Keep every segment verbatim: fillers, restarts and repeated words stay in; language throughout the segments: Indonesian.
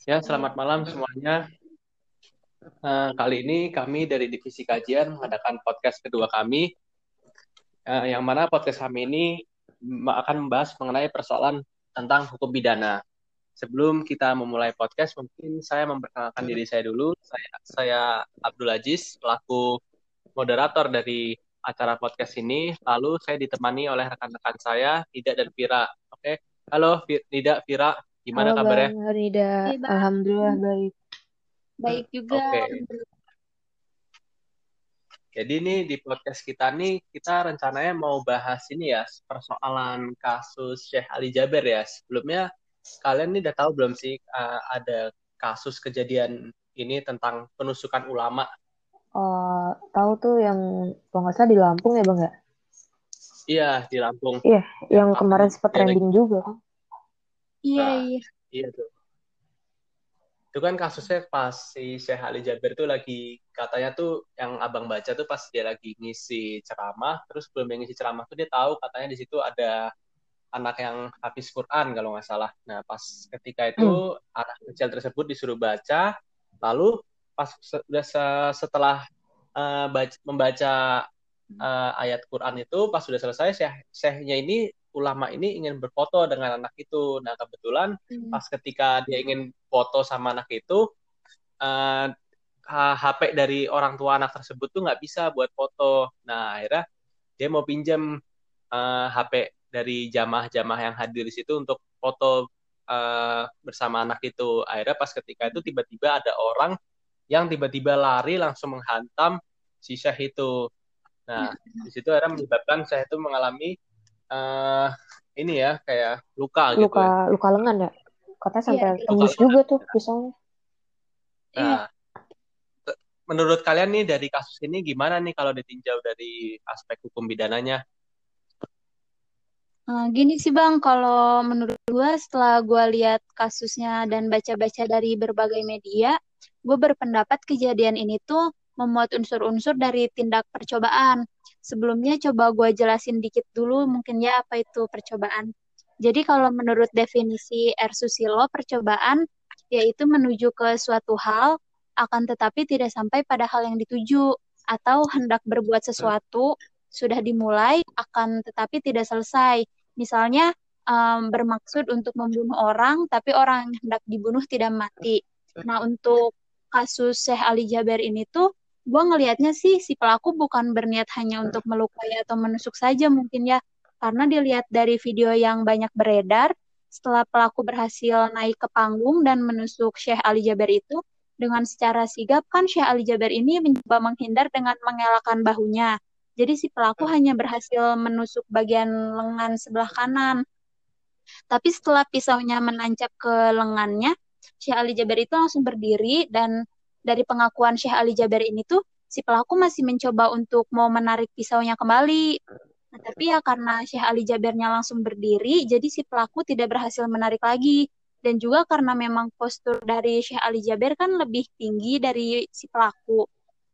Ya, selamat malam semuanya. Eh, kali ini kami dari Divisi Kajian mengadakan podcast kedua kami, eh, yang mana podcast kami ini m- akan membahas mengenai persoalan tentang hukum pidana. Sebelum kita memulai podcast, mungkin saya memperkenalkan diri saya dulu. Saya, saya Abdul Aziz, selaku moderator dari acara podcast ini. Lalu saya ditemani oleh rekan-rekan saya, Nida dan Vira. Oke, halo Vi- Nida, Vira, Halo gimana kabarnya? Bang Rida, Iya bang, Alhamdulillah baik. baik juga. Oke. Jadi nih di podcast kita nih kita rencananya mau bahas ini ya persoalan kasus Syekh Ali Jaber ya. Sebelumnya kalian nih udah tahu belum sih uh, ada kasus kejadian ini tentang penusukan ulama? Oh, tahu tuh yang kalau nggak salah di Lampung ya Bang ya? Iya di Lampung Iya, yang yang kapan kemarin sempat dia lagi. trending juga kan? Iya Nah, iya. iya tuh. Itu kan kasusnya pas si Syekh Ali Jaber tuh lagi katanya tuh yang abang baca tuh pas dia lagi ngisi ceramah, terus sebelum dia ngisi ceramah tuh dia tahu katanya di situ ada anak yang habis Quran kalau nggak salah. Nah, pas ketika itu Hmm. anak kecil tersebut disuruh baca, lalu pas sudah setelah uh, baca, membaca uh, ayat Quran itu, pas sudah selesai, syekh, syekhnya ini, ulama ini ingin berfoto dengan anak itu. Nah, kebetulan Hmm. pas ketika dia ingin foto sama anak itu, uh, H P dari orang tua anak tersebut tuh nggak bisa buat foto. Nah, akhirnya dia mau pinjam uh, H P dari jamaah-jamaah yang hadir di situ untuk foto uh, bersama anak itu. Akhirnya pas ketika itu tiba-tiba ada orang yang tiba-tiba lari langsung menghantam si Syekh itu. Nah, di situ akhirnya menyebabkan Syekh itu mengalami uh, ini ya kayak luka gitu Luka ya. luka lengan ya? Katanya Iya sampai iya. Luka tembus lengan. juga tuh pisaunya. Iya. Nah, menurut kalian nih dari kasus ini gimana nih kalau ditinjau dari aspek hukum pidananya? Eh, gini sih bang, kalau menurut gue setelah gue lihat kasusnya dan baca-baca dari berbagai media, gue berpendapat kejadian ini tuh memuat unsur-unsur dari tindak percobaan. Sebelumnya coba gue jelasin dikit dulu mungkin ya apa itu percobaan. Jadi kalau menurut definisi R. Susilo, percobaan yaitu menuju ke suatu hal akan tetapi tidak sampai pada hal yang dituju atau hendak berbuat sesuatu sudah dimulai akan tetapi tidak selesai. Misalnya em, bermaksud untuk membunuh orang tapi orang yang hendak dibunuh tidak mati. Nah, untuk kasus Syekh Ali Jaber ini tuh gue ngelihatnya sih si pelaku bukan berniat hanya untuk melukai atau menusuk saja mungkin ya, karena dilihat dari video yang banyak beredar, setelah pelaku berhasil naik ke panggung dan menusuk Syekh Ali Jaber itu, dengan secara sigap kan Syekh Ali Jaber ini mencoba menghindar dengan mengelakkan bahunya. Jadi si pelaku hanya berhasil menusuk bagian lengan sebelah kanan. Tapi setelah pisaunya menancap ke lengannya, Syekh Ali Jaber itu langsung berdiri dan dari pengakuan Syekh Ali Jaber ini tuh si pelaku masih mencoba untuk mau menarik pisaunya kembali. Nah, tapi ya karena Syekh Ali Jabernya langsung berdiri, jadi si pelaku tidak berhasil menarik lagi. Dan juga karena memang postur dari Syekh Ali Jaber kan lebih tinggi dari si pelaku.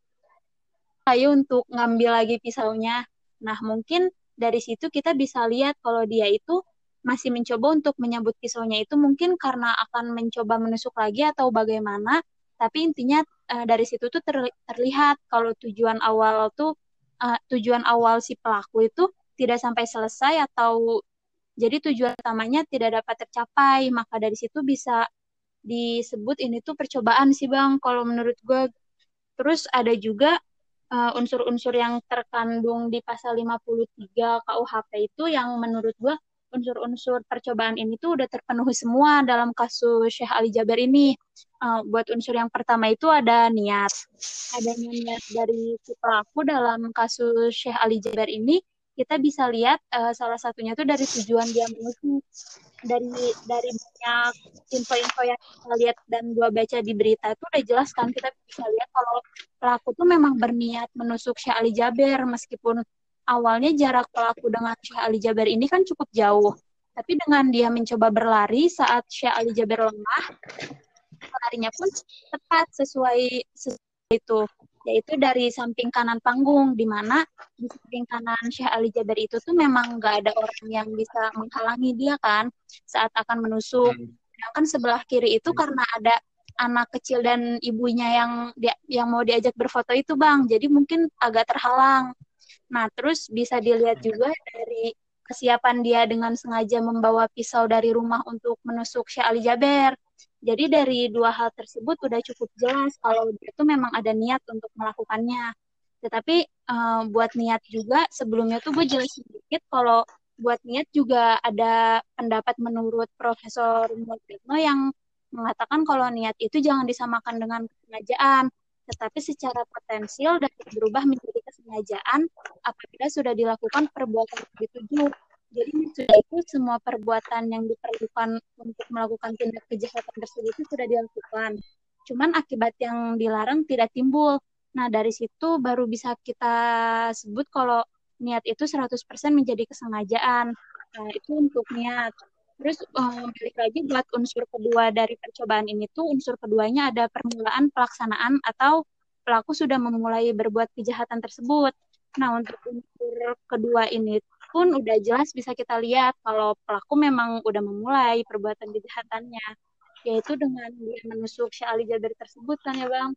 Ayo untuk ngambil lagi pisaunya. Nah, mungkin dari situ kita bisa lihat kalau dia itu masih mencoba untuk menyambut pisaunya itu mungkin karena akan mencoba menusuk lagi atau bagaimana. Tapi intinya eh, dari situ tuh terli- terlihat kalau tujuan awal tuh eh, tujuan awal si pelaku itu tidak sampai selesai atau jadi tujuan utamanya tidak dapat tercapai. Maka dari situ bisa disebut ini tuh percobaan sih Bang kalau menurut gue. Terus ada juga uh, unsur-unsur yang terkandung di pasal lima puluh tiga K U H P itu yang menurut gua unsur-unsur percobaan ini tuh udah terpenuhi semua dalam kasus Syekh Ali Jaber ini. Uh, buat unsur yang pertama itu ada niat. Adanya niat dari si pelaku dalam kasus Syekh Ali Jaber ini, kita bisa lihat uh, salah satunya tuh dari tujuan dia menusuk. Dari dari banyak info-info yang kita lihat dan gua baca di berita itu udah jelas kan kita bisa lihat kalau pelaku tuh memang berniat menusuk Syekh Ali Jaber meskipun awalnya jarak pelaku dengan Syekh Ali Jaber ini kan cukup jauh. Tapi dengan dia mencoba berlari saat Syekh Ali Jaber lemah, larinya pun tepat sesuai, sesuai itu, yaitu dari samping kanan panggung, di mana di samping kanan Syekh Ali Jaber itu tuh memang nggak ada orang yang bisa menghalangi dia kan saat akan menusuk. Hmm. sedangkan sebelah kiri itu karena ada anak kecil dan ibunya yang dia, yang mau diajak berfoto itu Bang, jadi mungkin agak terhalang. Nah, terus bisa dilihat juga dari kesiapan dia dengan sengaja membawa pisau dari rumah untuk menusuk Syekh Ali Jaber. Jadi dari dua hal tersebut udah cukup jelas kalau dia tuh memang ada niat untuk melakukannya. Tetapi uh, buat niat juga sebelumnya tuh gue jelasin sedikit kalau buat niat juga ada pendapat menurut Profesor Multritno yang mengatakan kalau niat itu jangan disamakan dengan kesengajaan, tetapi secara potensial dapat berubah menjadi kesengajaan apabila sudah dilakukan perbuatan yang dituju. Jadi sudah itu semua perbuatan yang diperlukan untuk melakukan tindak kejahatan tersebut itu sudah dilakukan. Cuman akibat yang dilarang tidak timbul. Nah, dari situ baru bisa kita sebut kalau niat itu seratus persen menjadi kesengajaan. Nah, itu untuk niat. Terus um, balik lagi buat unsur kedua dari percobaan ini tuh, unsur keduanya ada permulaan pelaksanaan atau pelaku sudah memulai berbuat kejahatan tersebut. Nah, untuk unsur kedua ini pun udah jelas bisa kita lihat kalau pelaku memang udah memulai perbuatan kejahatannya, yaitu dengan dia menusuk Syekh Ali Jaber tersebut kan ya Bang?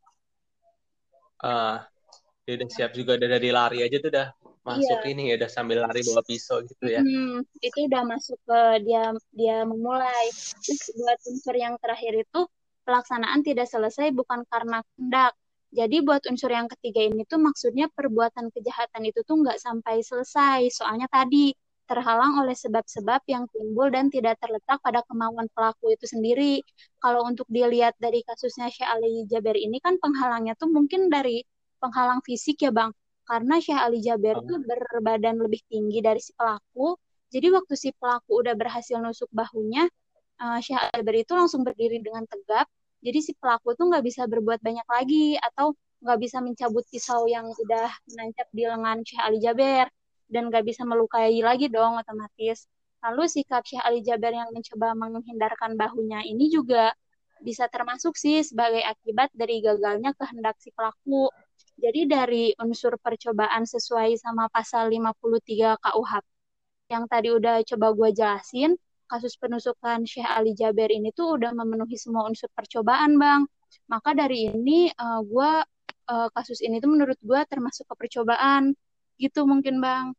Ah, dia udah siap juga, udah dari lari aja tuh udah masuk Iya. ini ya, udah sambil lari bawa pisau gitu ya. Hmm, itu udah masuk ke dia dia memulai. Terus buat unsur yang terakhir itu pelaksanaan tidak selesai bukan karena kehendak. Jadi buat unsur yang ketiga ini tuh maksudnya perbuatan kejahatan itu tuh nggak sampai selesai. Soalnya tadi terhalang oleh sebab-sebab yang timbul dan tidak terletak pada kemauan pelaku itu sendiri. Kalau untuk dilihat dari kasusnya Syekh Ali Jaber ini kan penghalangnya tuh mungkin dari penghalang fisik ya Bang. Karena Syekh Ali Jaber Oh. tuh berbadan lebih tinggi dari si pelaku. Jadi waktu si pelaku udah berhasil nusuk bahunya, uh, Syekh Ali Jaber itu langsung berdiri dengan tegap. Jadi si pelaku tuh nggak bisa berbuat banyak lagi atau nggak bisa mencabut pisau yang udah menancap di lengan Syekh Ali Jaber dan nggak bisa melukai lagi dong otomatis. Lalu sikap Syekh Ali Jaber yang mencoba menghindarkan bahunya ini juga bisa termasuk sih sebagai akibat dari gagalnya kehendak si pelaku. Jadi dari unsur percobaan sesuai sama pasal lima puluh tiga K U H P yang tadi udah coba gue jelasin, kasus penusukan Syekh Ali Jaber ini tuh udah memenuhi semua unsur percobaan, Bang. Maka dari ini uh, gue uh, kasus ini tuh menurut gue termasuk ke percobaan. Gitu mungkin, Bang.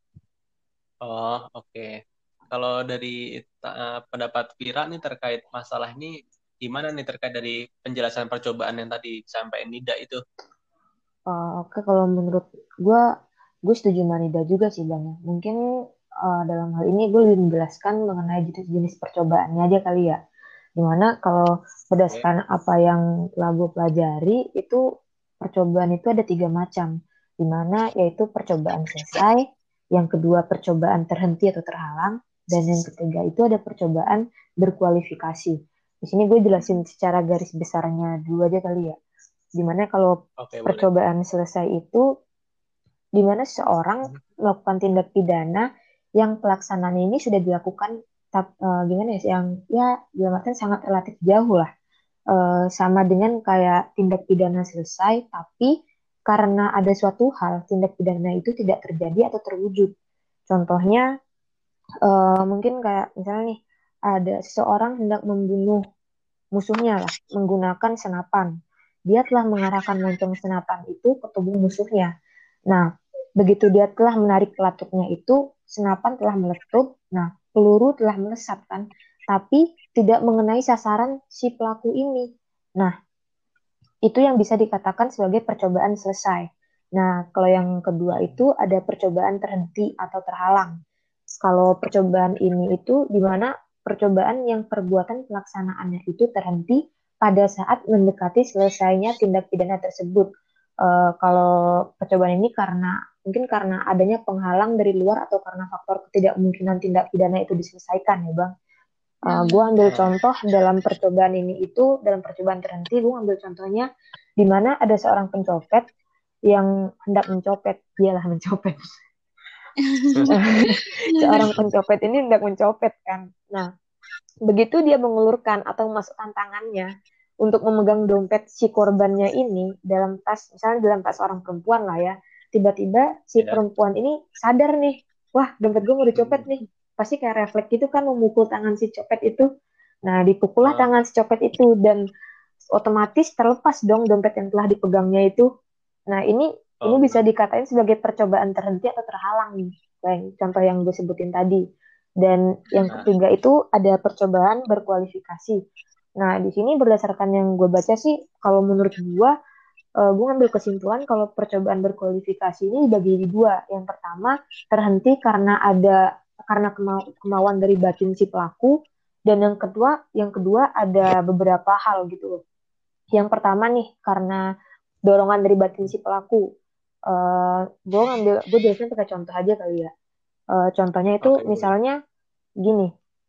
Oh, oke. Okay. Kalau dari uh, pendapat Vira nih terkait masalah ini, gimana nih terkait dari penjelasan percobaan yang tadi sampai Nida itu? Uh, Oke, okay, kalau menurut gue, gue setuju sama Nida juga sih Bang. Mungkin uh, dalam hal ini gue lebih menjelaskan mengenai jenis-jenis percobaannya aja kali ya. Dimana kalau berdasarkan okay. apa yang telah gue pelajari, itu percobaan itu ada tiga macam. Dimana yaitu percobaan selesai, yang kedua percobaan terhenti atau terhalang, dan yang ketiga itu ada percobaan berkualifikasi. Di sini gue jelasin secara garis besarnya dulu aja kali ya. Dimana kalau okay, percobaan boleh. selesai itu dimana seseorang melakukan tindak pidana yang pelaksanaan ini sudah dilakukan tap, uh, gimana ya yang ya dalam artian sangat relatif jauh lah uh, sama dengan kayak tindak pidana selesai tapi karena ada suatu hal tindak pidana itu tidak terjadi atau terwujud. Contohnya uh, mungkin kayak misalnya nih ada seseorang hendak membunuh musuhnya lah menggunakan senapan. Dia telah mengarahkan moncong senapan itu ke tubuh musuhnya. Nah, begitu dia telah menarik pelatutnya itu, senapan telah meletup. Nah, peluru telah melesat kan, tapi tidak mengenai sasaran si pelaku ini. Nah, itu yang bisa dikatakan sebagai percobaan selesai. Nah, kalau yang kedua itu ada percobaan terhenti atau terhalang. Kalau percobaan ini itu di mana percobaan yang perbuatan pelaksanaannya itu terhenti pada saat mendekati selesainya tindak pidana tersebut. Uh, kalau percobaan ini karena mungkin karena adanya penghalang dari luar atau karena faktor ketidakmungkinan tindak pidana itu diselesaikan ya Bang. Uh, gue ambil contoh dalam percobaan ini itu dalam percobaan terhenti gue ambil contohnya di mana ada seorang pencopet yang hendak mencopet, dialah mencopet. Seorang pencopet ini hendak mencopet kan. Nah, begitu dia mengulurkan atau memasukkan tangannya untuk memegang dompet si korbannya ini dalam tas, misalnya dalam tas orang perempuan lah ya, tiba-tiba si yeah. perempuan ini sadar nih, wah dompet gue mau dicopet nih. Pasti kayak refleks gitu kan memukul tangan si copet itu. Nah, dipukullah Ah, tangan si copet itu dan otomatis terlepas dong dompet yang telah dipegangnya itu. Nah, ini ini oh, bisa dikatain sebagai percobaan terhenti atau terhalang nih, kayak contoh yang gue sebutin tadi. Dan yang nah, ketiga itu ada percobaan berkualifikasi. Nah, di sini berdasarkan yang gue baca sih, kalau menurut gue, eh, gue ngambil kesimpulan kalau percobaan berkualifikasi ini dibagi di dua. Yang pertama, terhenti karena ada karena kemau- kemauan dari batin si pelaku, dan yang kedua, yang kedua ada beberapa hal gitu loh. Yang pertama nih, karena dorongan dari batin si pelaku. Eh gue ngambil, gue jelasin pakai contoh aja kali ya. Eh, contohnya itu oke, boleh. misalnya gini,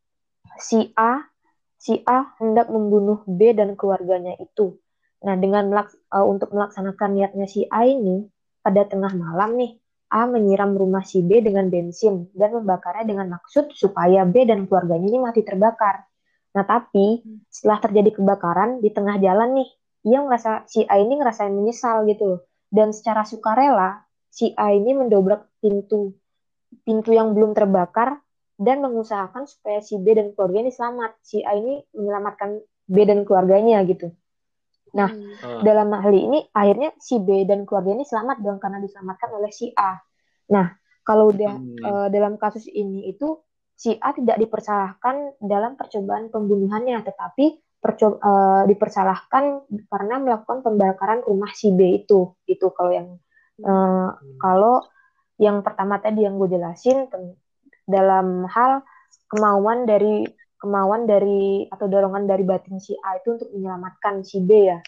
si A, si A hendak membunuh B dan keluarganya itu. Nah, dengan melaks- eh, untuk melaksanakan niatnya si A ini, pada tengah malam nih, A menyiram rumah si B dengan bensin dan membakarnya dengan maksud supaya B dan keluarganya ini mati terbakar. Nah, tapi setelah terjadi kebakaran di tengah jalan nih, ia ngerasa si A ini ngerasain menyesal gitu loh. Dan secara sukarela, si A ini mendobrak pintu pintu yang belum terbakar dan mengusahakan supaya si B dan keluarganya ini selamat. Si A ini menyelamatkan B dan keluarganya gitu. Nah, Hmm. Ah, dalam hal ini akhirnya si B dan keluarganya ini selamat dong karena diselamatkan oleh si A. Nah, kalau udah hmm, eh, dalam kasus ini itu si A tidak dipersalahkan dalam percobaan pembunuhannya, tetapi perco- eh, dipersalahkan karena melakukan pembakaran rumah si B itu. Itu kalau yang eh, kalau yang pertama tadi yang gue jelasin dalam hal kemauan dari kemauan dari atau dorongan dari batin si A itu untuk menyelamatkan si B ya.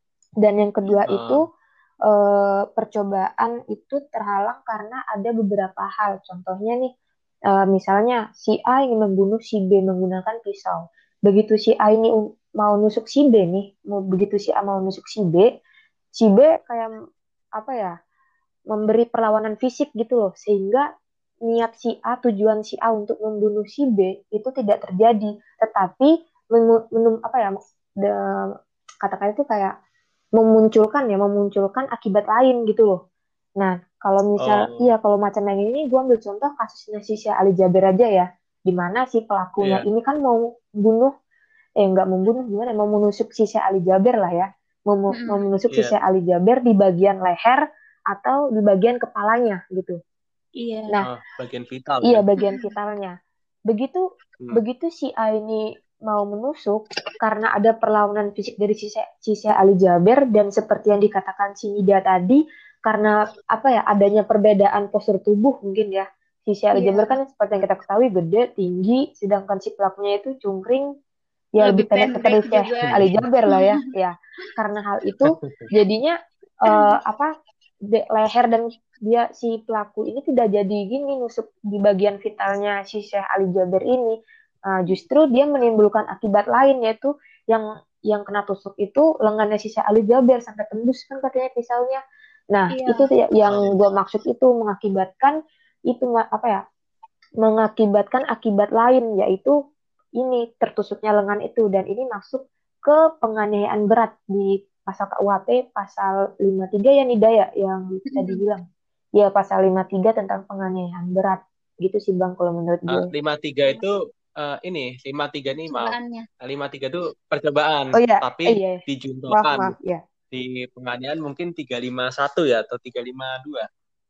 Dan yang kedua ah, itu eh, percobaan itu terhalang karena ada beberapa hal. Contohnya nih, eh, misalnya si A ingin membunuh si B menggunakan pisau. Begitu si A ini mau nusuk si B nih, mau begitu si A mau nusuk si B, si B kayak apa ya, memberi perlawanan fisik gitu loh, sehingga niat si A, tujuan si A untuk membunuh si B itu tidak terjadi, tetapi menum, apa ya, de, kata-kata itu kayak memunculkan ya, memunculkan akibat lain gitu loh. Nah, kalau misal, oh, iya kalau macam yang ini, gue ambil contoh kasusnya si Syah Ali Jaber aja ya, di mana si pelakunya iya, ini kan mau bunuh, eh nggak membunuh gimana, mau menusuk si Syah Ali Jaber lah ya, mau, mau Mm-mm. menusuk si iya, Syah Ali Jaber di bagian leher atau di bagian kepalanya gitu. Iya. Nah, ah, bagian vital iya ya. bagian Mm-mm. vitalnya. Begitu Hmm, begitu si A ini mau menusuk karena ada perlawanan fisik dari si, si Ali Jaber dan seperti yang dikatakan si Nida tadi karena apa ya adanya perbedaan postur tubuh mungkin ya. Si Ali Jaber Iya. kan seperti yang kita ketahui gede, tinggi, sedangkan si pelakunya itu cungkring, ya lebih Lebih pendek pendek dari Syekh juga. Ali Iya. Jaber lah ya. Ya, karena hal itu jadinya eh, apa de- leher dan dia si pelaku ini tidak jadi gini nusuk di bagian vitalnya si Syekh Ali Jaber ini. Nah, justru dia menimbulkan akibat lain yaitu yang yang kena tusuk itu lengannya si Syekh Ali Jaber sampai tembus kan katanya pisaunya. Nah, itu Iya. tuh ya- yang oh, gue maksud itu mengakibatkan itu apa ya, mengakibatkan akibat lain yaitu ini tertusuknya lengan itu, dan ini masuk ke penganiayaan berat di pasal K U H P pasal lima puluh tiga ya Nidaya yang tadi Mm-mm. bilang. Ya pasal lima puluh tiga tentang penganiayaan berat. Gitu sih Bang kalau menurut ah, gue. lima puluh tiga itu eh, ini lima puluh tiga nih maaf. Percobaannya. Nah, lima puluh tiga itu percobaan, Oh iya, tapi eh, iya. Maaf, dijuntokan maaf ya. di penganiayaan mungkin tiga ratus lima puluh satu ya atau tiga ratus lima puluh dua.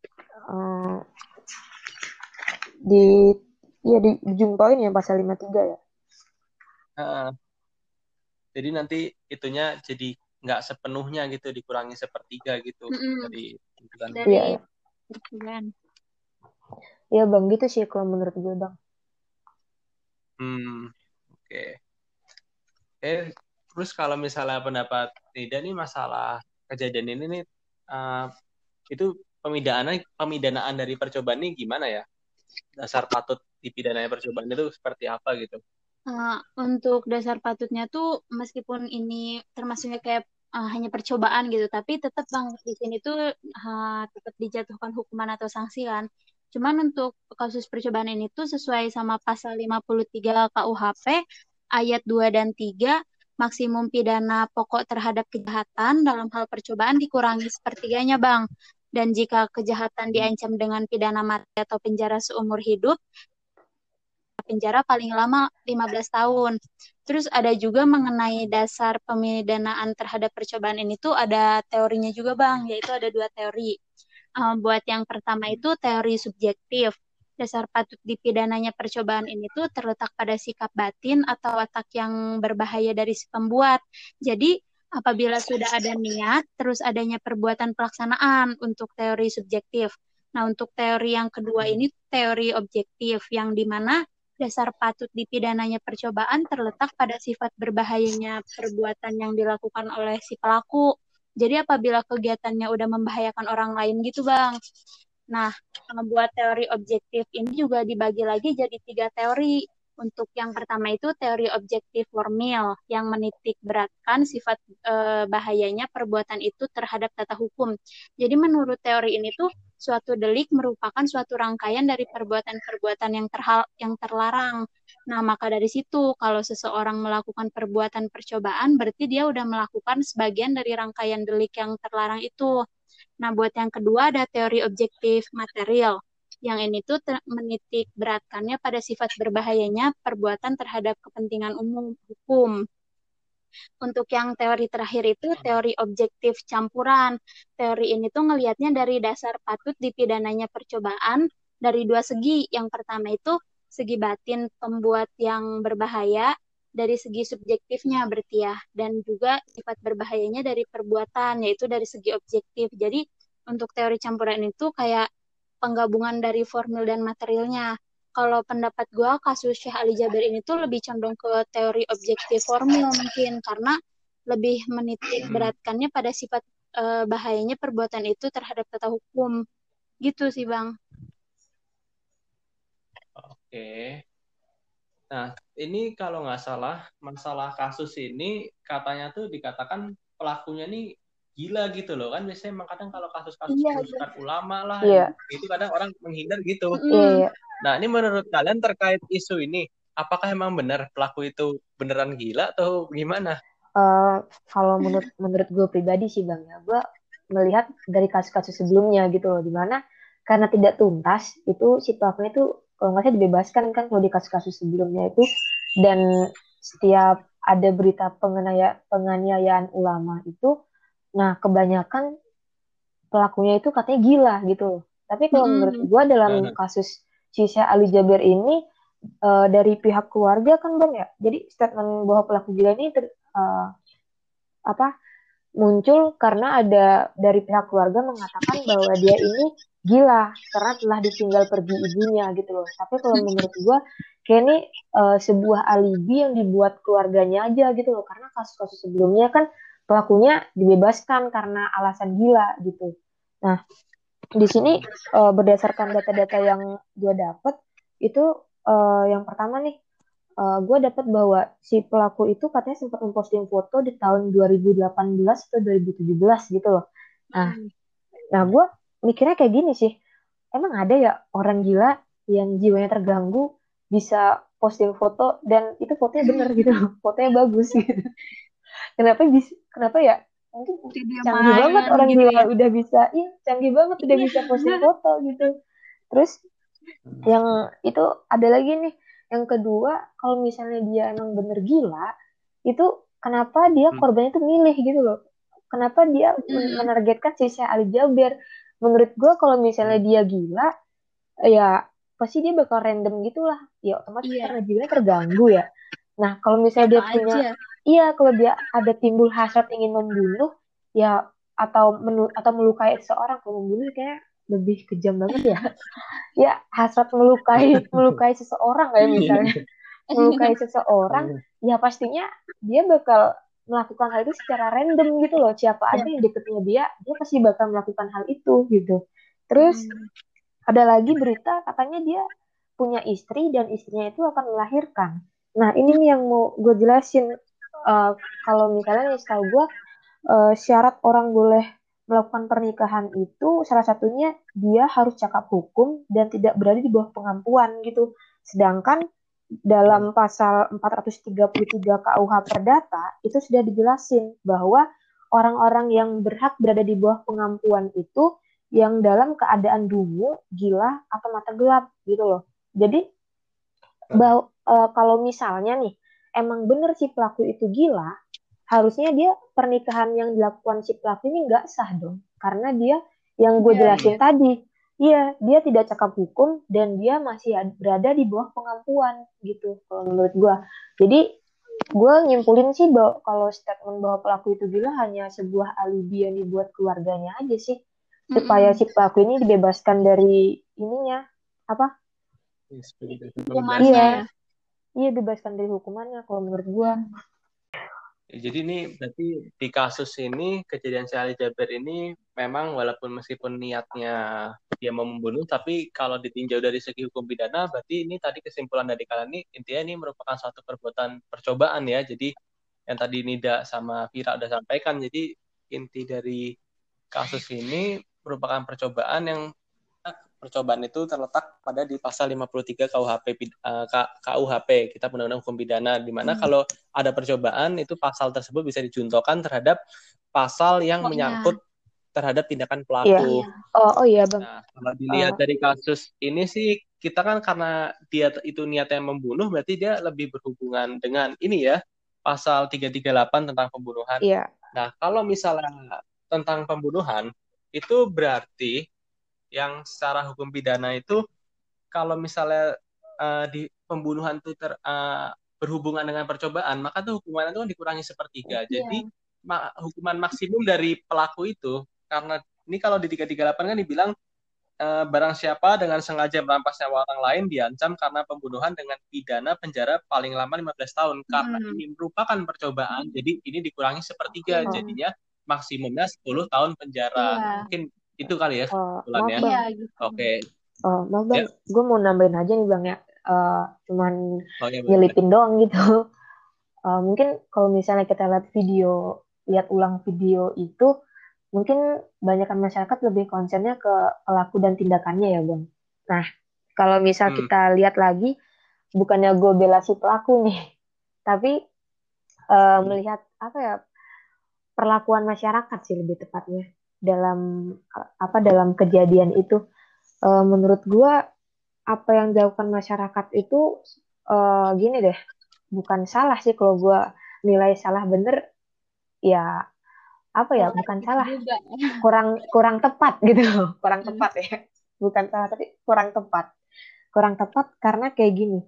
Eh, di iya di, dijumpai ya pasal lima puluh tiga ya. Ah, jadi nanti itunya jadi nggak sepenuhnya gitu, dikurangi sepertiga gitu Mm-mm. dari tuntutannya. Iya, Dari iya. percobaan. Iya Bang, gitu sih kalau menurut gue Bang. Hmm, oke. Eh, terus kalau misalnya pendapat tidak nih masalah kejadian ini nih, eh, itu pemidanaan pemidanaan dari percobaan ini gimana ya? Dasar patut dipidananya percobaan itu seperti apa gitu? Uh, untuk dasar patutnya tuh meskipun ini termasuknya kayak uh, hanya percobaan gitu, tapi tetap bang di sini tuh uh, tetap dijatuhkan hukuman atau sanksi kan. Cuman untuk kasus percobaan ini tuh sesuai sama pasal lima puluh tiga K U H P ayat dua dan tiga, maksimum pidana pokok terhadap kejahatan dalam hal percobaan dikurangi sepertiganya bang. Dan jika kejahatan diancam dengan pidana mati atau penjara seumur hidup, penjara paling lama lima belas tahun. Terus ada juga mengenai dasar pemidanaan terhadap percobaan ini tuh ada teorinya juga Bang, yaitu ada dua teori. Uh, buat yang pertama itu teori subjektif. Dasar patut dipidananya percobaan ini tuh terletak pada sikap batin atau watak yang berbahaya dari si pembuat. Jadi apabila sudah ada niat, terus adanya perbuatan pelaksanaan untuk teori subjektif. Nah, untuk teori yang kedua ini teori objektif, yang dimana dasar patut dipidananya percobaan terletak pada sifat berbahayanya perbuatan yang dilakukan oleh si pelaku. Jadi apabila kegiatannya udah membahayakan orang lain gitu, Bang. Nah, buat teori objektif ini juga dibagi lagi jadi tiga teori. Untuk yang pertama itu teori objektif formil yang menitik beratkan sifat e, bahayanya perbuatan itu terhadap tata hukum. Jadi menurut teori ini tuh suatu delik merupakan suatu rangkaian dari perbuatan-perbuatan yang terhal yang terlarang. Nah, maka dari situ kalau seseorang melakukan perbuatan percobaan berarti dia udah melakukan sebagian dari rangkaian delik yang terlarang itu. Nah, buat yang kedua ada teori objektif material. Yang ini tuh ter- menitik beratkannya pada sifat berbahayanya perbuatan terhadap kepentingan umum hukum. Untuk yang teori terakhir itu teori objektif campuran. Teori ini tuh ngelihatnya dari dasar patut dipidananya percobaan dari dua segi. Yang pertama itu segi batin pembuat yang berbahaya, dari segi subjektifnya berarti ya, dan juga sifat berbahayanya dari perbuatan, yaitu dari segi objektif. Jadi untuk teori campuran itu kayak penggabungan dari formil dan materialnya. Kalau pendapat gue, kasus Syekh Ali Jaber ini tuh lebih condong ke teori objektif formil mungkin, karena lebih menitik beratkannya pada sifat eh, bahayanya perbuatan itu terhadap tata hukum. Gitu sih, Bang. Oke. Nah, ini kalau nggak salah, masalah kasus ini katanya tuh dikatakan pelakunya nih gila gitu loh. Kan biasanya emang kadang kalau kasus-kasus Iya, penusukan ulama lah, Iya, itu kadang orang menghindar gitu. iya, Mm-mm. iya. Nah, ini menurut kalian terkait isu ini, apakah emang benar pelaku itu beneran gila atau gimana? Eh, kalau menurut menurut gue pribadi sih Bang ya, gue melihat dari kasus-kasus sebelumnya gitu loh, dimana karena tidak tuntas itu si pelakunya itu kalau nggak salah dibebaskan kan kalau di kasus-kasus sebelumnya itu, dan setiap ada berita pengenaya, penganiayaan ulama itu, nah kebanyakan pelakunya itu katanya gila gitu loh. Tapi kalau menurut Mm-mm. gue dalam Nah, kasus Syekh Ali Jaber ini, eh, dari pihak keluarga kan Bang ya, jadi statement bahwa pelaku gila ini ter- eh, apa muncul karena ada dari pihak keluarga mengatakan bahwa dia ini gila karena telah ditinggal pergi ibunya gitu loh. Tapi kalau menurut gue kayak ini eh, sebuah alibi yang dibuat keluarganya aja gitu loh, karena kasus-kasus sebelumnya kan pelakunya dibebaskan karena alasan gila gitu. Nah, di sini eh, berdasarkan data-data yang gue dapet itu, eh, yang pertama nih, uh, gue dapat bahwa si pelaku itu katanya sempat memposting foto di tahun dua ribu delapan belas atau dua ribu tujuh belas gitu loh. Nah, Mm. nah gue mikirnya kayak gini sih, emang ada ya orang gila yang jiwanya terganggu bisa posting foto dan itu fotonya bener gitu loh, fotonya bagus gitu. Kenapa bisa? Kenapa ya? Mungkin Jadi dia canggih banget main orang gitu gila ya. udah bisa, iya canggih banget udah Iya. bisa posting foto gitu. Terus yang itu ada lagi nih. Yang kedua, kalau misalnya dia emang bener gila, itu kenapa dia korbannya tuh milih gitu loh. Kenapa dia Mm. menargetkan si Syekh Ali Jaber? Menurut gue kalau misalnya dia gila, ya pasti dia bakal random gitu lah. Ya otomatis Iya, karena jiwanya terganggu ya. Nah kalau misalnya siapa dia punya, aja. iya kalau dia ada timbul hasrat ingin membunuh, ya atau menu, atau melukai seseorang, kalau membunuh kayak lebih kejam banget ya. Ya hasrat melukai melukai seseorang kayak misalnya melukai seseorang, ya pastinya dia bakal melakukan hal itu secara random gitu loh, siapa Ya. aja yang deketnya dia dia pasti bakal melakukan hal itu gitu. Terus Mm. ada lagi berita katanya dia punya istri dan istrinya itu akan melahirkan. Nah ini nih yang mau gue jelasin. Eh, kalau misalnya nih setahu gue, eh, syarat orang boleh melakukan pernikahan itu salah satunya dia harus cakap hukum dan tidak berada di bawah pengampuan gitu. Sedangkan dalam pasal empat ratus tiga puluh tiga K U H Perdata itu sudah dijelasin bahwa orang-orang yang berhak berada di bawah pengampuan itu yang dalam keadaan dungu, gila, atau mata gelap gitu loh. Jadi bahwa, uh, kalau misalnya nih emang bener si pelaku itu gila, harusnya dia pernikahan yang dilakukan si pelaku ini nggak sah dong. Karena dia, yang gue Iya. jelasin tadi, iya, dia tidak cakap hukum dan dia masih ad- berada di bawah pengampuan gitu kalau menurut gue. Jadi gue nyimpulin sih bahwa kalau statement bahwa pelaku itu gila hanya sebuah alibi yang dibuat keluarganya aja sih, supaya Mm-mm. si pelaku ini dibebaskan dari ininya, apa? Yes, begitu. Hukumannya Iya, ya. iya bebaskan dari hukumannya kalau menurut gue. Hmm. Jadi ini berarti di kasus ini, kejadian si Ali Jaber ini memang walaupun meskipun niatnya dia mau membunuh, tapi kalau ditinjau dari segi hukum pidana, berarti ini tadi kesimpulan dari kalian ini, intinya ini merupakan suatu perbuatan percobaan ya. Jadi yang tadi Nida sama Vira udah sampaikan, jadi inti dari kasus ini merupakan percobaan yang percobaan itu terletak pada di pasal lima puluh tiga K U H P uh, K U H P kita Undang-Undang Hukum Pidana, di mana Hmm. kalau ada percobaan itu pasal tersebut bisa dijuntokan terhadap pasal yang Pokoknya. menyangkut terhadap tindakan Iya. pelaku. Iya. Oh, oh iya bang. Nah, kalau dilihat Uh, dari kasus ini sih kita kan karena dia itu niatnya membunuh, berarti dia lebih berhubungan dengan ini ya, pasal tiga tiga delapan tentang pembunuhan. iya. Nah, kalau misalnya tentang pembunuhan, itu berarti yang secara hukum pidana itu kalau misalnya uh, di pembunuhan itu ter, uh, berhubungan dengan percobaan, maka tuh hukuman itu kan dikurangi sepertiga. Iya. Jadi ma- hukuman maksimum dari pelaku itu, karena ini kalau di tiga tiga delapan kan dibilang uh, barang siapa dengan sengaja merampas nyawa orang lain diancam karena pembunuhan dengan pidana penjara paling lama lima belas tahun. Karena Hmm. ini merupakan percobaan, jadi ini dikurangi sepertiga. Iya. Jadinya maksimumnya sepuluh tahun penjara. Iya. Mungkin itu kali ya Uh, maaf kesimpulannya. Iya bang. gitu. Oke. Oh, maaf bang. Ya. Gue mau nambahin aja nih bang ya. Uh, cuman Oh ya, boleh. nyelipin doang gitu. Uh, mungkin kalau misalnya kita lihat video, lihat ulang video itu, mungkin banyakkan masyarakat lebih konsennya ke pelaku dan tindakannya ya bang. Nah, kalau misal Hmm. kita lihat lagi, bukannya gue bela si pelaku nih, tapi uh, melihat apa ya, perlakuan masyarakat sih lebih tepatnya dalam uh, apa dalam kejadian itu. Uh, menurut gue apa yang dilakukan masyarakat itu uh, gini deh, bukan salah sih kalau gue nilai salah bener ya, apa ya, Kurang bukan gitu salah, juga. kurang kurang tepat gitu loh, kurang Hmm. tepat ya, bukan salah tapi kurang tepat, kurang tepat karena kayak gini,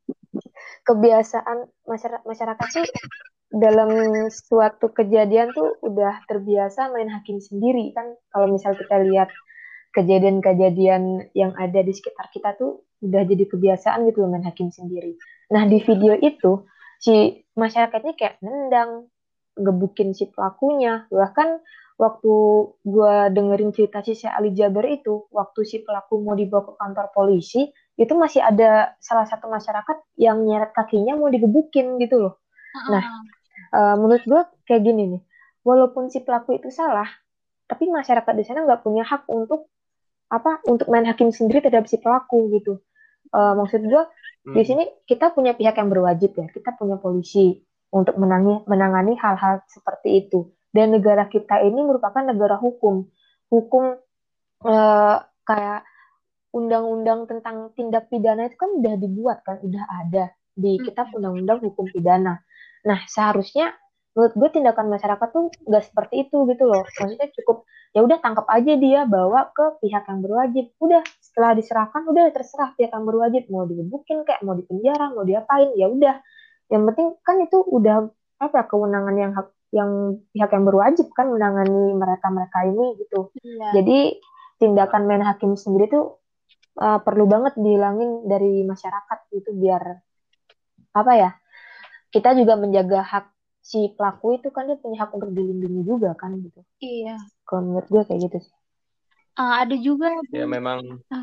kebiasaan masyarakat masyarakat tuh dalam suatu kejadian tuh udah terbiasa main hakim sendiri kan. Kalau misal kita lihat kejadian-kejadian yang ada di sekitar kita tuh udah jadi kebiasaan gitu loh main hakim sendiri. Nah di video itu si masyarakatnya kayak nendang, ngebukin si pelakunya. Bahkan waktu gue dengerin cerita si Ali Jaber itu, waktu si pelaku mau dibawa ke kantor polisi, itu masih ada salah satu masyarakat yang nyeret kakinya mau digebukin gitu loh. Nah, uh, menurut gue kayak gini nih, walaupun si pelaku itu salah, tapi masyarakat di sana nggak punya hak untuk apa untuk main hakim sendiri terhadap si pelaku gitu. Uh, maksud gue Hmm. di sini kita punya pihak yang berwajib ya, kita punya polisi untuk menangi, menangani hal-hal seperti itu. Dan negara kita ini merupakan negara hukum, hukum uh, kayak undang-undang tentang tindak pidana itu kan udah dibuat kan, udah ada di kitab undang-undang hukum pidana. Nah seharusnya menurut gue tindakan masyarakat tuh nggak seperti itu gitu loh. Maksudnya cukup ya udah tangkap aja dia, bawa ke pihak yang berwajib. Udah setelah diserahkan udah terserah pihak yang berwajib mau digebukin kayak mau dipenjara mau diapain ya udah. Yang penting kan itu udah apa kewenangan yang yang pihak yang berwajib kan menangani mereka-mereka ini gitu. Iya. Jadi tindakan main hakim sendiri tuh uh, perlu banget dihilangin dari masyarakat gitu biar apa ya, kita juga menjaga hak si pelaku itu kan, dia punya hak untuk dilindungi juga kan gitu. Iya. Kalau menurut gue kayak gitu sih. Uh, ada juga Ya Bang. memang. Ah.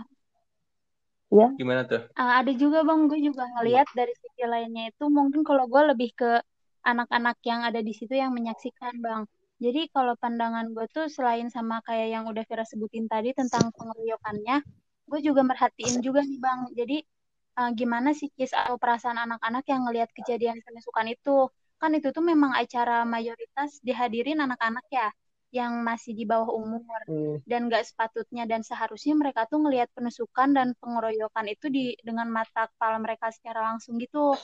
Ya. Gimana tuh? Uh, ada juga bang, gue juga ngelihat dari sisi lainnya itu mungkin kalau gue lebih ke anak-anak yang ada di situ yang menyaksikan bang. Jadi kalau pandangan gue tuh selain sama kayak yang udah Vira sebutin tadi tentang pengeroyokannya, gue juga merhatiin juga nih bang. Jadi uh, gimana psikis atau perasaan anak-anak yang ngelihat kejadian penusukan itu? Kan itu tuh memang acara mayoritas dihadirin anak-anak ya, yang masih di bawah umur. Hmm. Dan gak sepatutnya dan seharusnya mereka tuh ngelihat penusukan dan pengeroyokan itu di dengan mata kepala mereka secara langsung gitu.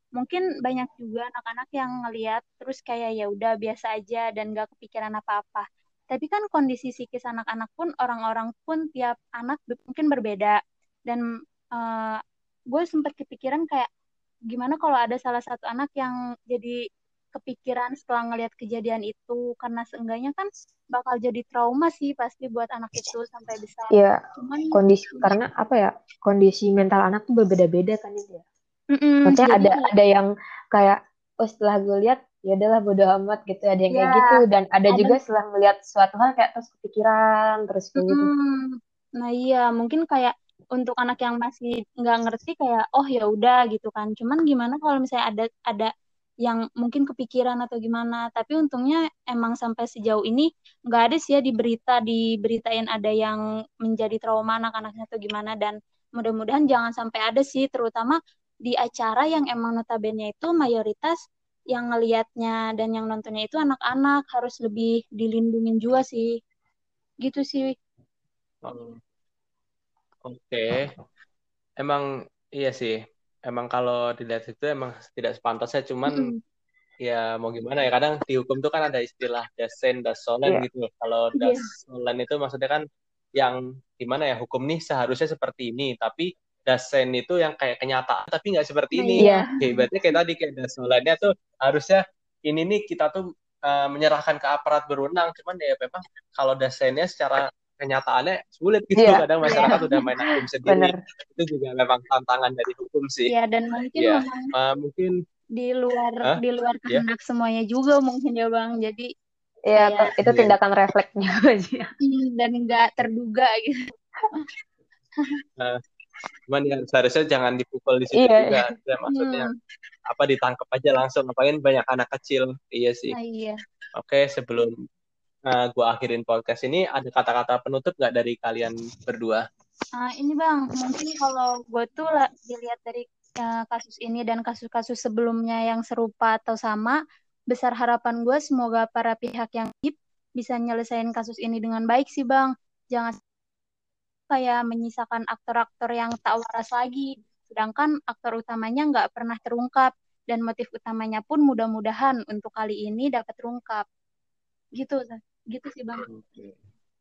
mungkin banyak juga anak-anak yang ngeliat terus kayak ya udah biasa aja dan gak kepikiran apa-apa. Tapi kan kondisi psikis anak-anak pun orang-orang pun tiap anak be- mungkin berbeda. Dan eh, gue sempat kepikiran kayak gimana kalau ada salah satu anak yang jadi kepikiran setelah ngelihat kejadian itu, karena seenggaknya kan bakal jadi trauma sih pasti buat anak itu sampai besar. Ya, Cuman kondisi karena apa ya? Kondisi mental anak tuh berbeda-beda kan itu ya. mm-mm, Maksudnya jadi ada ada yang kayak oh setelah gue lihat ya udahlah bodo amat gitu, ada yang kayak gitu ya dan ada ada juga setelah melihat suatu hal kayak terus kepikiran terus kayak gitu. mm-mm. Nah iya mungkin kayak untuk anak yang masih nggak ngerti kayak oh ya udah gitu kan. Cuman gimana kalau misalnya ada ada yang mungkin kepikiran atau gimana. Tapi untungnya emang sampai sejauh ini nggak ada sih ya di berita diberitain ada yang menjadi trauma anak-anaknya atau gimana. Dan mudah-mudahan jangan sampai ada sih, terutama di acara yang emang notabene itu mayoritas yang ngelihatnya dan yang nontonnya itu anak-anak, harus lebih dilindungin juga sih. Gitu sih. Oh, oke. Emang iya sih. Emang kalau dilihat itu emang tidak sepantasnya. Cuman Mm-mm. ya mau gimana ya. Kadang di hukum tuh kan ada istilah dasen, dasolen Iya, gitu. Kalau Iya. dasolen itu maksudnya kan yang gimana ya. Hukum nih seharusnya seperti ini. Tapi dasen itu yang kayak kenyataan tapi nggak seperti Nah ini. iya. iya, Ya, ibaratnya kayak tadi kayak dasolennya tuh harusnya ini nih kita tuh uh, menyerahkan ke aparat berwenang. Cuman ya memang kalau dasennya secara kenyataannya sulit gitu. iya, Kadang masyarakat Iya. udah main hakim sendiri. bener. Itu juga memang tantangan dari hukum sih. Iya, dan mungkin Ya, memang uh, mungkin, di luar Hah? di luar Ya, kehendak semuanya juga mungkin ya Bang. Jadi Iya, kayak to- itu iya. tindakan refleksnya aja. hmm, dan nggak terduga gitu. Uh, cuman ya seharusnya jangan dipukul di situ Iya, juga. Ya, maksudnya Hmm. apa ditangkap aja langsung. Ngapain banyak anak kecil. Iya sih. Nah iya. Oke, sebelum uh, gua akhirin podcast ini, ada kata-kata penutup nggak dari kalian berdua? Nah, ini Bang, mungkin kalau gue tuh lah, dilihat dari eh, kasus ini dan kasus-kasus sebelumnya yang serupa atau sama, besar harapan gue semoga para pihak yang terkait bisa nyelesain kasus ini dengan baik sih Bang. Jangan kayak menyisakan aktor-aktor yang tak waras lagi, sedangkan aktor utamanya nggak pernah terungkap dan motif utamanya pun mudah-mudahan untuk kali ini dapat terungkap. Gitu, gitu sih Bang. Oke.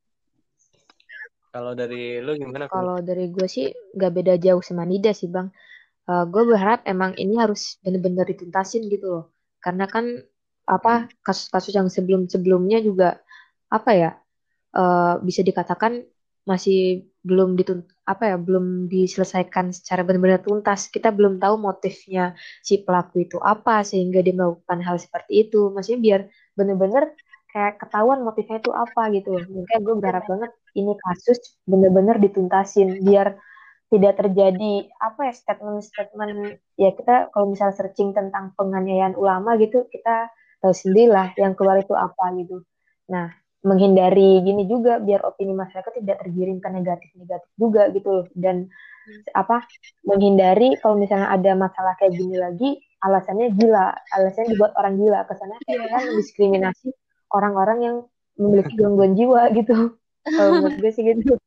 Kalau dari lu gimana, Vin? kalau dari gue sih gak beda jauh sama Nida sih Bang. Eh, gue berharap emang ini harus benar-benar dituntasin gitu loh. Karena kan apa kasus-kasus yang sebelum-sebelumnya juga apa ya eh, bisa dikatakan masih belum ditun apa ya belum diselesaikan secara benar-benar tuntas. Kita belum tahu motifnya si pelaku itu apa sehingga dia melakukan hal seperti itu. Maksudnya biar benar-benar kayak ketahuan motifnya itu apa gitu. Makanya gue berharap banget ini kasus benar-benar dituntasin biar tidak terjadi apa ya statement-statement ya kita kalau misal searching tentang penganiayaan ulama gitu kita tahu sendirilah yang keluar itu apa gitu. Nah, menghindari gini juga biar opini masyarakat tidak tergiring ke negatif-negatif juga gitu loh. Dan apa menghindari kalau misalnya ada masalah kayak gini lagi alasannya gila, alasannya dibuat orang gila kesannya kayak Iya. kita mendiskriminasi orang-orang yang memiliki gangguan jiwa gitu. Kalau menurut gue sih gitu.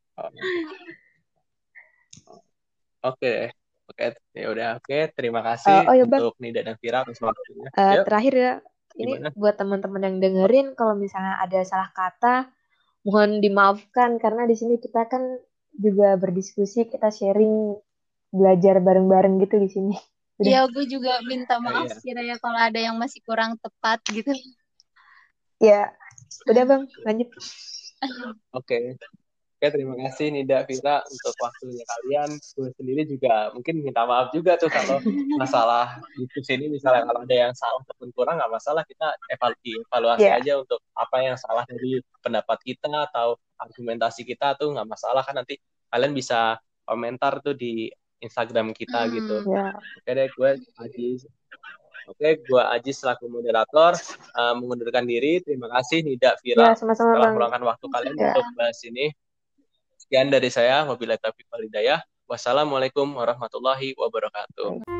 Oke, oke, ya udah, oke. Terima kasih Uh, oh ya Bang, untuk Nida dan Vira atas waktunya. uh, Yuk, terakhir ya, ini gimana? buat teman-teman yang dengerin, kalau misalnya ada salah kata, mohon dimaafkan karena di sini kita kan juga berdiskusi, kita sharing, belajar bareng-bareng gitu di sini. Udah, Iya, gue juga minta Oh, maaf iya. sekiranya kalau ada yang masih kurang tepat gitu. ya, udah Bang, lanjut. Oke. Oke, terima kasih Nida, Vira untuk waktunya kalian. Gue sendiri juga mungkin minta maaf juga tuh kalau masalah diskusi ini, misalnya kalau ada yang salah ataupun kurang, nggak masalah. Kita evaluasi, evaluasi Ya, aja untuk apa yang salah dari pendapat kita atau argumentasi kita tuh nggak masalah. Kan nanti kalian bisa komentar tuh di Instagram kita gitu. Hmm. ya, Oke deh, gue Aji. Oke, gue Aji selaku moderator uh, mengundurkan diri. Terima kasih Nida, ya Vira sama-sama telah Bang. meluangkan waktu kalian Ya. untuk bahas ini. Sekian dari saya, wabillahi taufiq walhidayah. Wassalamualaikum warahmatullahi wabarakatuh.